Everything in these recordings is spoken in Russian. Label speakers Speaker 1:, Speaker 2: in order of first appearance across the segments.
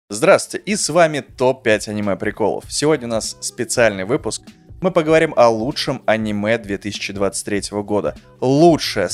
Speaker 1: Здравствуйте, и с вами ТОП-5 аниме-приколов. Сегодня у нас специальный выпуск. Мы поговорим о лучшем аниме 2023 года. Лучшее,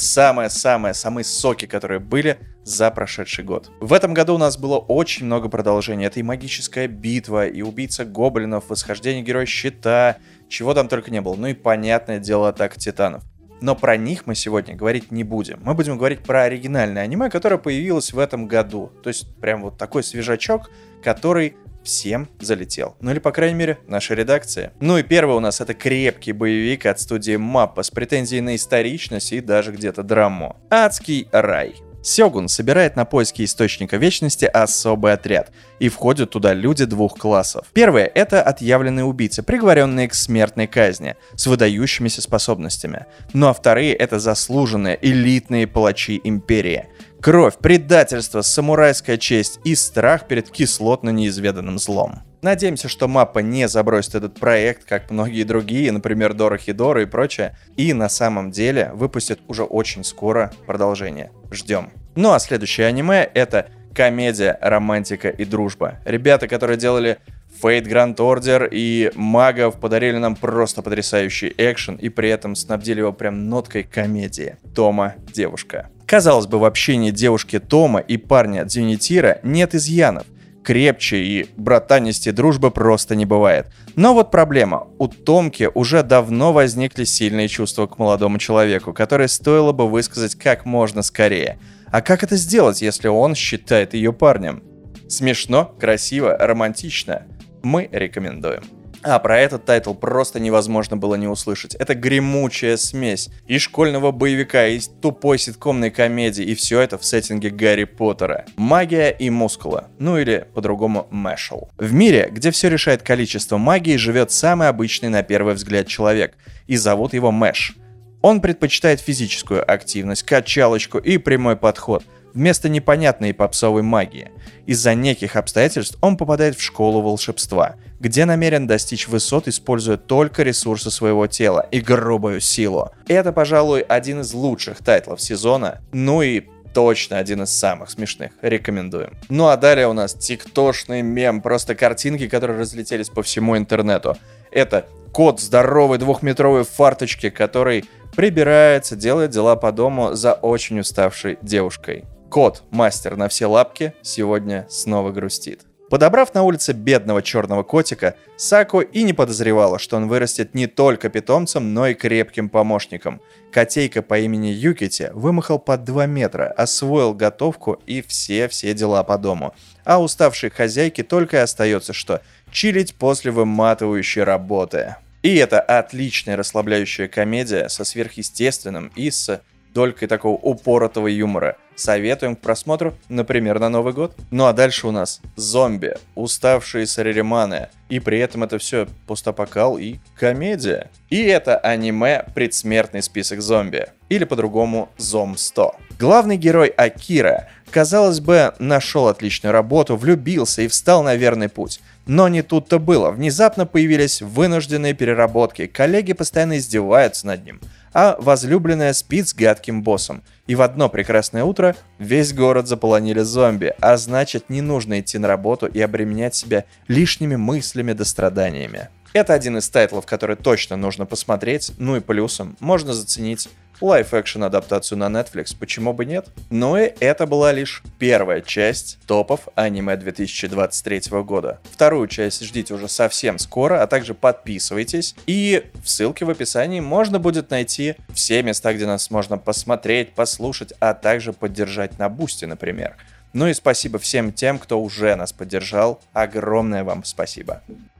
Speaker 1: самые соки, которые были за прошедший год. В этом году у нас было очень много продолжений. Это и магическая битва, и убийца гоблинов, восхождение героя щита, чего там только не было. Ну и понятное дело, атака титанов. Но про них мы сегодня говорить не будем. Мы будем говорить про оригинальное аниме, которое появилось в этом году. То есть прям вот такой свежачок, который всем залетел. Ну или, по крайней мере, нашей редакции. Ну и первый у нас это крепкий боевик от студии Маппа с претензией на историчность и даже где-то драму. Адский рай. Сёгун собирает на поиски Источника Вечности особый отряд, и входят туда люди двух классов. Первые — это отъявленные убийцы, приговоренные к смертной казни, с выдающимися способностями. Ну а вторые — это заслуженные, элитные палачи Империи. Кровь, предательство, самурайская честь и страх перед кислотно-неизведанным злом. Надеемся, что Маппа не забросит этот проект, как многие другие, например, Дорохидора и прочее, и на самом деле выпустит уже очень скоро продолжение. Ждем. Ну а следующее аниме — это комедия, романтика и дружба. Ребята, которые делали Fate Grand Order и Магов, подарили нам просто потрясающий экшен и при этом снабдили его прям ноткой комедии. Тома — девушка. Казалось бы, в общении девушки Тома и парня Дзюнитира нет изъянов. Крепче и братанисти дружбы просто не бывает. Но вот проблема. У Томки уже давно возникли сильные чувства к молодому человеку, которые стоило бы высказать как можно скорее. А как это сделать, если он считает ее парнем? Смешно, красиво, романтично. Мы рекомендуем. А про этот тайтл просто невозможно было не услышать. Это гремучая смесь и школьного боевика, и тупой ситкомной комедии, и все это в сеттинге Гарри Поттера. Магия и мускула, ну или по-другому мэшл. В мире, где все решает количество магии, живет самый обычный на первый взгляд человек, и зовут его Мэш. Он предпочитает физическую активность, качалочку и прямой подход, вместо непонятной попсовой магии. Из-за неких обстоятельств он попадает в школу волшебства, где намерен достичь высот, используя только ресурсы своего тела и грубую силу. Это, пожалуй, один из лучших тайтлов сезона, ну и точно один из самых смешных. Рекомендуем. Ну а далее у нас тиктошный мем, просто картинки, которые разлетелись по всему интернету. Это кот здоровой двухметровой фарточки, который прибирается, делает дела по дому за очень уставшей девушкой. Кот, мастер на все лапки, сегодня снова грустит. Подобрав на улице бедного черного котика, Саку и не подозревала, что он вырастет не только питомцем, но и крепким помощником. Котейка по имени Юкити вымахал под 2 метра, освоил готовку и все дела по дому. А уставшей хозяйке только и остается что чилить после выматывающей работы. И это отличная расслабляющая комедия со сверхъестественным и с долькой такого упоротого юмора. Советуем к просмотру, например, на Новый год. Ну а дальше у нас зомби, уставшие сарариманы. И при этом это все постапокал и комедия. И это аниме «Предсмертный список зомби». Или по-другому «Зом-100». Главный герой Акира, казалось бы, нашел отличную работу, влюбился и встал на верный путь. Но не тут-то было. Внезапно появились вынужденные переработки, коллеги постоянно издеваются над ним, а возлюбленная спит с гадким боссом. И в одно прекрасное утро весь город заполонили зомби, а значит, не нужно идти на работу и обременять себя лишними мыслями да страданиями. Это один из тайтлов, который точно нужно посмотреть, ну и плюсом можно заценить лайв-экшн адаптацию на Netflix, почему бы нет? Ну и это была лишь первая часть топов аниме 2023 года. Вторую часть ждите уже совсем скоро, а также подписывайтесь. И в ссылке в описании можно будет найти все места, где нас можно посмотреть, послушать, а также поддержать на Бусти, например. Ну и спасибо всем тем, кто уже нас поддержал. Огромное вам спасибо.